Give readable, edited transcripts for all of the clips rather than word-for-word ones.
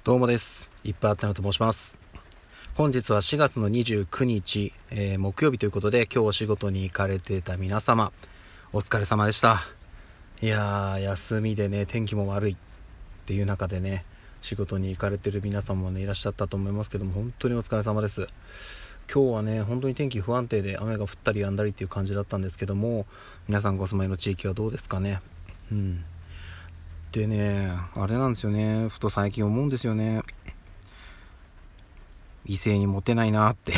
どうもです。いっぱいあったなと申します。本日は4月の29日、木曜日ということで、今日お仕事に行かれていた皆様、お疲れ様でした。いやー、休みでね、天気も悪いっていう中でね、仕事に行かれてる皆様もね、いらっしゃったと思いますけども、本当にお疲れ様です。今日はね、本当に天気不安定で雨が降ったり止んだりっていう感じだったんですけども、皆さんご住まいの地域はどうですかね。でね、あれなんですよね、ふと最近思うんですよね。異性にモテないなって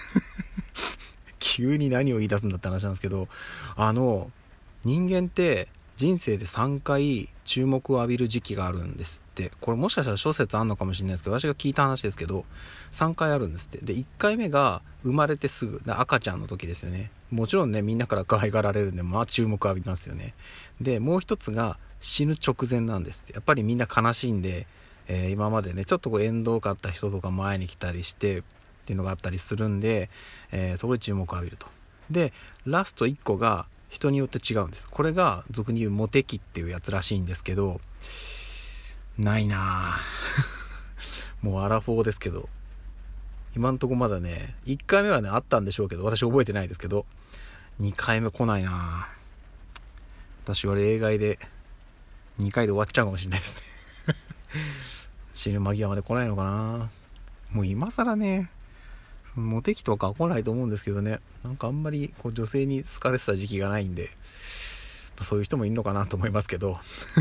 急に何を言い出すんだって話なんですけど、人間って人生で3回注目を浴びる時期があるんですって。これもしかしたら諸説あんのかもしれないですけど、私が聞いた話ですけど、3回あるんですって。で、1回目が生まれてすぐ、赤ちゃんの時ですよね。もちろんね、みんなから可愛がられるんで、注目浴びますよね。で、もう一つが死ぬ直前なんですって。やっぱりみんな悲しんで、今までね、ちょっと縁遠かった人とか前に来たりしてっていうのがあったりするんで、そこで注目を浴びると。で、ラスト1個が人によって違うんです。これが俗に言うモテ期っていうやつらしいんですけど、ないなぁもうアラフォーですけど、今んとこまだね、1回目はねあったんでしょうけど、私覚えてないですけど、2回目来ないなぁ。私は例外で2回で終わっちゃうかもしれないですね死ぬ間際まで来ないのかな。もう今更ね、モテ期とかは来ないと思うんですけどね、なんかあんまりこう女性に好かれてた時期がないんで、そういう人もいるのかなと思いますけど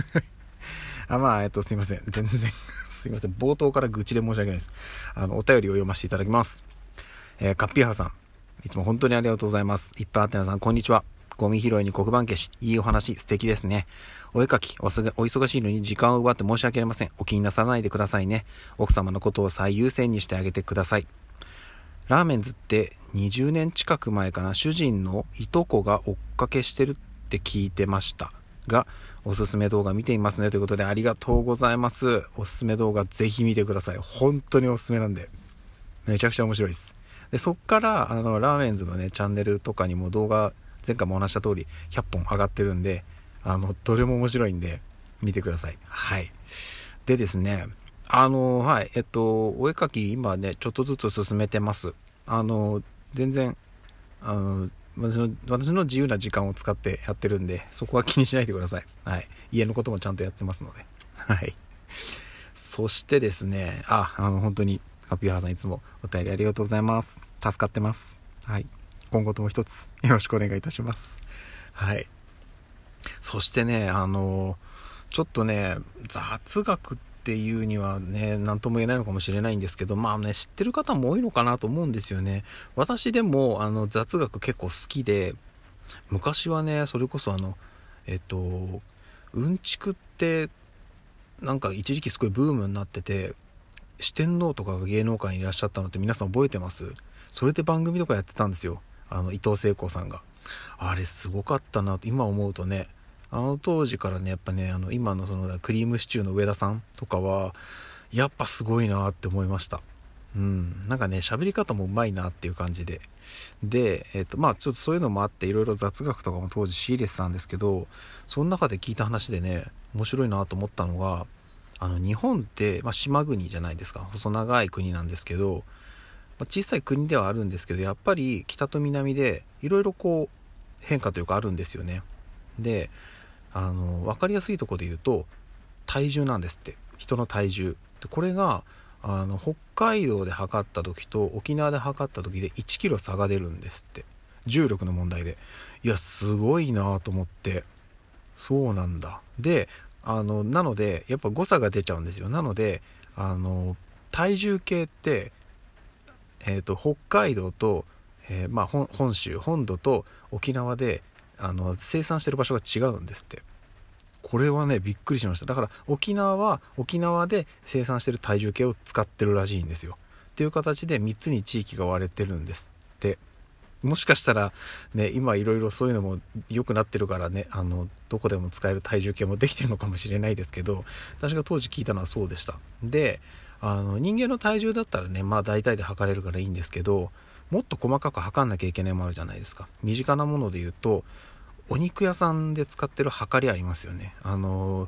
すいません、全然すいません、冒頭から愚痴で申し訳ないです。お便りを読ませていただきます。カッピーハさん、いつも本当にありがとうございます。いっぱいあってなさん、こんにちは。ゴミ拾いに黒板消し、いいお話、素敵ですね。お絵かき、お忙しいのに時間を奪って申し訳ありません。お気になさらないでくださいね。奥様のことを最優先にしてあげてください。ラーメンズって20年近く前かな、主人のいとこが追っかけしてるって聞いてましたが、おすすめ動画見ていますねということで、ありがとうございます。おすすめ動画ぜひ見てください。本当におすすめなんで、めちゃくちゃ面白いです。で、そっからラーメンズのねチャンネルとかにも動画、前回もお話した通り100本上がってるんで、どれも面白いんで見てください。はい。でですね、はい、お絵描き今ねちょっとずつ進めてます。全然私の自由な時間を使ってやってるんで、そこは気にしないでください。はい。家のこともちゃんとやってますので。はい。そしてですね、本当にハッピーハーさん、いつもお便りありがとうございます。助かってます。はい。今後とも一つよろしくお願いいたします。はい。そしてね、ちょっとね、雑学っていうにはね、なんとも言えないのかもしれないんですけど、知ってる方も多いのかなと思うんですよね。私でも、雑学結構好きで、昔はね、それこそうんちくって、なんか一時期すごいブームになってて、四天王とかが芸能界にいらっしゃったのって皆さん覚えてます？それで番組とかやってたんですよ。伊藤聖子さんが。あれすごかったなと今思うとね、当時からね、やっぱね、今のそのクリームシチューの上田さんとかはやっぱすごいなって思いました。なんかね、喋り方もうまいなっていう感じで、ちょっとそういうのもあっていろいろ雑学とかも当時仕入れてたんですけど、その中で聞いた話でね、面白いなと思ったのが、日本って、島国じゃないですか。細長い国なんですけど、小さい国ではあるんですけど、やっぱり北と南でいろいろこう変化というかあるんですよね。で、分かりやすいところで言うと体重なんですって。人の体重で、これが北海道で測った時と沖縄で測った時で1キロ差が出るんですって。重力の問題で。いや、すごいなと思って。そうなんだ。で、なのでやっぱ誤差が出ちゃうんですよ。なので体重計って、北海道と、本州本土と沖縄で生産してる場所が違うんですって。これはね、びっくりしました。だから沖縄は沖縄で生産してる体重計を使ってるらしいんですよ。っていう形で3つに地域が割れてるんですって。もしかしたらね、今いろいろそういうのも良くなってるからね、どこでも使える体重計もできてるのかもしれないですけど、私が当時聞いたのはそうでした。で、人間の体重だったらね、大体で測れるからいいんですけど、もっと細かく測んなきゃいけないものあるじゃないですか。身近なもので言うと、お肉屋さんで使ってる量りありますよね。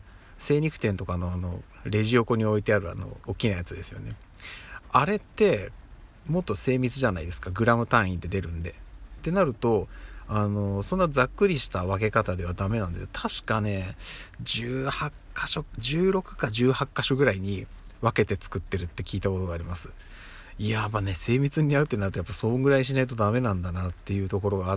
精肉店とかのレジ横に置いてある大きなやつですよね。あれってもっと精密じゃないですか。グラム単位で出るんで。ってなるとそんなざっくりした分け方ではダメなんだよ。確かね18箇所16か18箇所ぐらいに分けて作ってるって聞いたことがあります。いや精密にやるってなるとやっぱそんぐらいしないとダメなんだなっていうところがあって、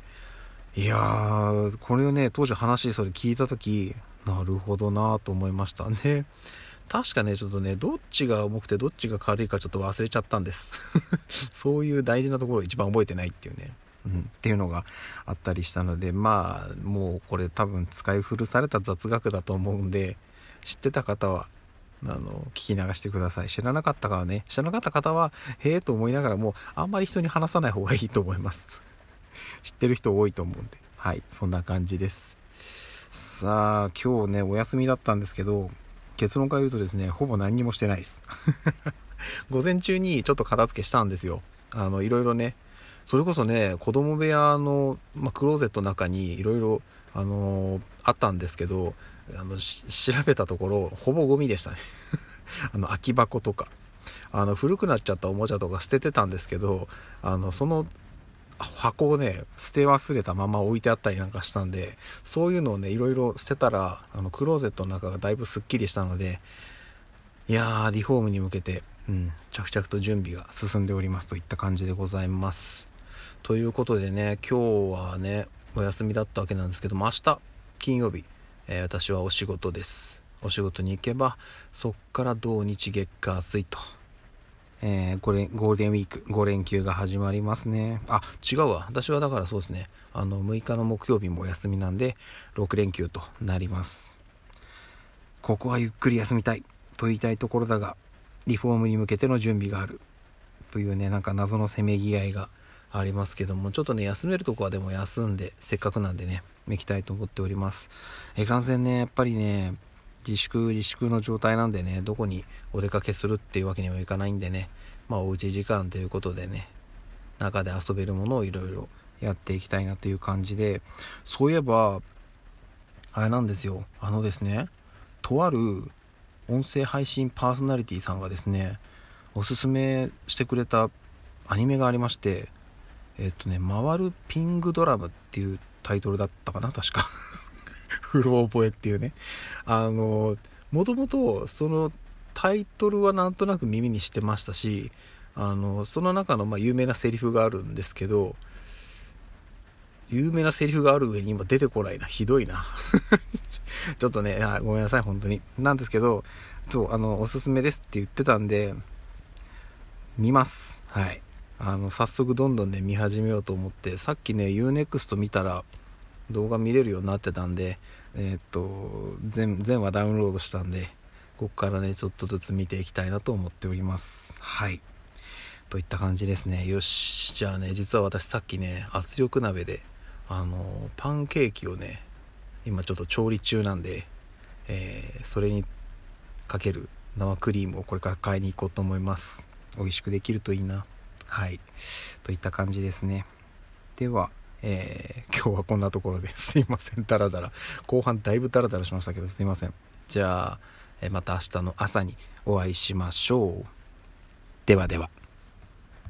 いやーこれをね当時話それ聞いた時なるほどなと思いましたね。確かねちょっとねどっちが重くてどっちが軽いかちょっと忘れちゃったんですそういう大事なところを一番覚えてないっていうね、っていうのがあったりしたので、もうこれ多分使い古された雑学だと思うんで、知ってた方は聞き流してください。知らなかった方はへえと思いながらもあんまり人に話さない方がいいと思います知ってる人多いと思うんで、はい、そんな感じです。さあ今日ねお休みだったんですけど、結論から言うとですねほぼ何にもしてないです午前中にちょっと片付けしたんですよ。いろいろね、それこそね子供部屋の、クローゼットの中にいろいろあったんですけど、調べたところほぼゴミでしたね空き箱とか古くなっちゃったおもちゃとか捨ててたんですけど、その箱をね捨て忘れたまま置いてあったりなんかしたんで、そういうのをねいろいろ捨てたらクローゼットの中がだいぶすっきりしたので、いやーリフォームに向けて、着々と準備が進んでおりますといった感じでございます。ということでね今日はねお休みだったわけなんですけども、明日金曜日、私はお仕事です。お仕事に行けばそっから土日月火水とゴールデンウィーク5連休が始まりますね。違うわ、私はだからそうですね6日の木曜日もお休みなんで6連休となります。ここはゆっくり休みたいと言いたいところだが、リフォームに向けての準備があるというねなんか謎のせめぎ合いがありますけども、ちょっとね休めるとこはでも休んでせっかくなんでね行きたいと思っております。完全ねやっぱりね自粛の状態なんでね、どこにお出かけするっていうわけにもいかないんでね、おうち時間ということでね中で遊べるものをいろいろやっていきたいなという感じで、そういえばあれなんですよ、ですねとある音声配信パーソナリティさんがですねおすすめしてくれたアニメがありまして、回るピングドラムっていうタイトルだったかな確かうろ覚えっていうね、もともとそのタイトルはなんとなく耳にしてましたし、その中の有名なセリフがあるんですけど、有名なセリフがある上に今出てこないな、ひどいなちょっとねごめんなさい本当になんですけど、そうおすすめですって言ってたんで見ます。はい、早速どんどんね見始めようと思って、さっきね UNEXT 見たら動画見れるようになってたんで、全話ダウンロードしたんで、ここからねちょっとずつ見ていきたいなと思っております。はいといった感じですね。よし、じゃあね実は私さっきね圧力鍋でパンケーキをね今ちょっと調理中なんで、それにかける生クリームをこれから買いに行こうと思います。美味しくできるといいな。はいといった感じですね。では今日はこんなところですいません、ダラダラ後半だいぶダラダラしましたけどすいません。じゃあ、また明日の朝にお会いしましょう。ではでは。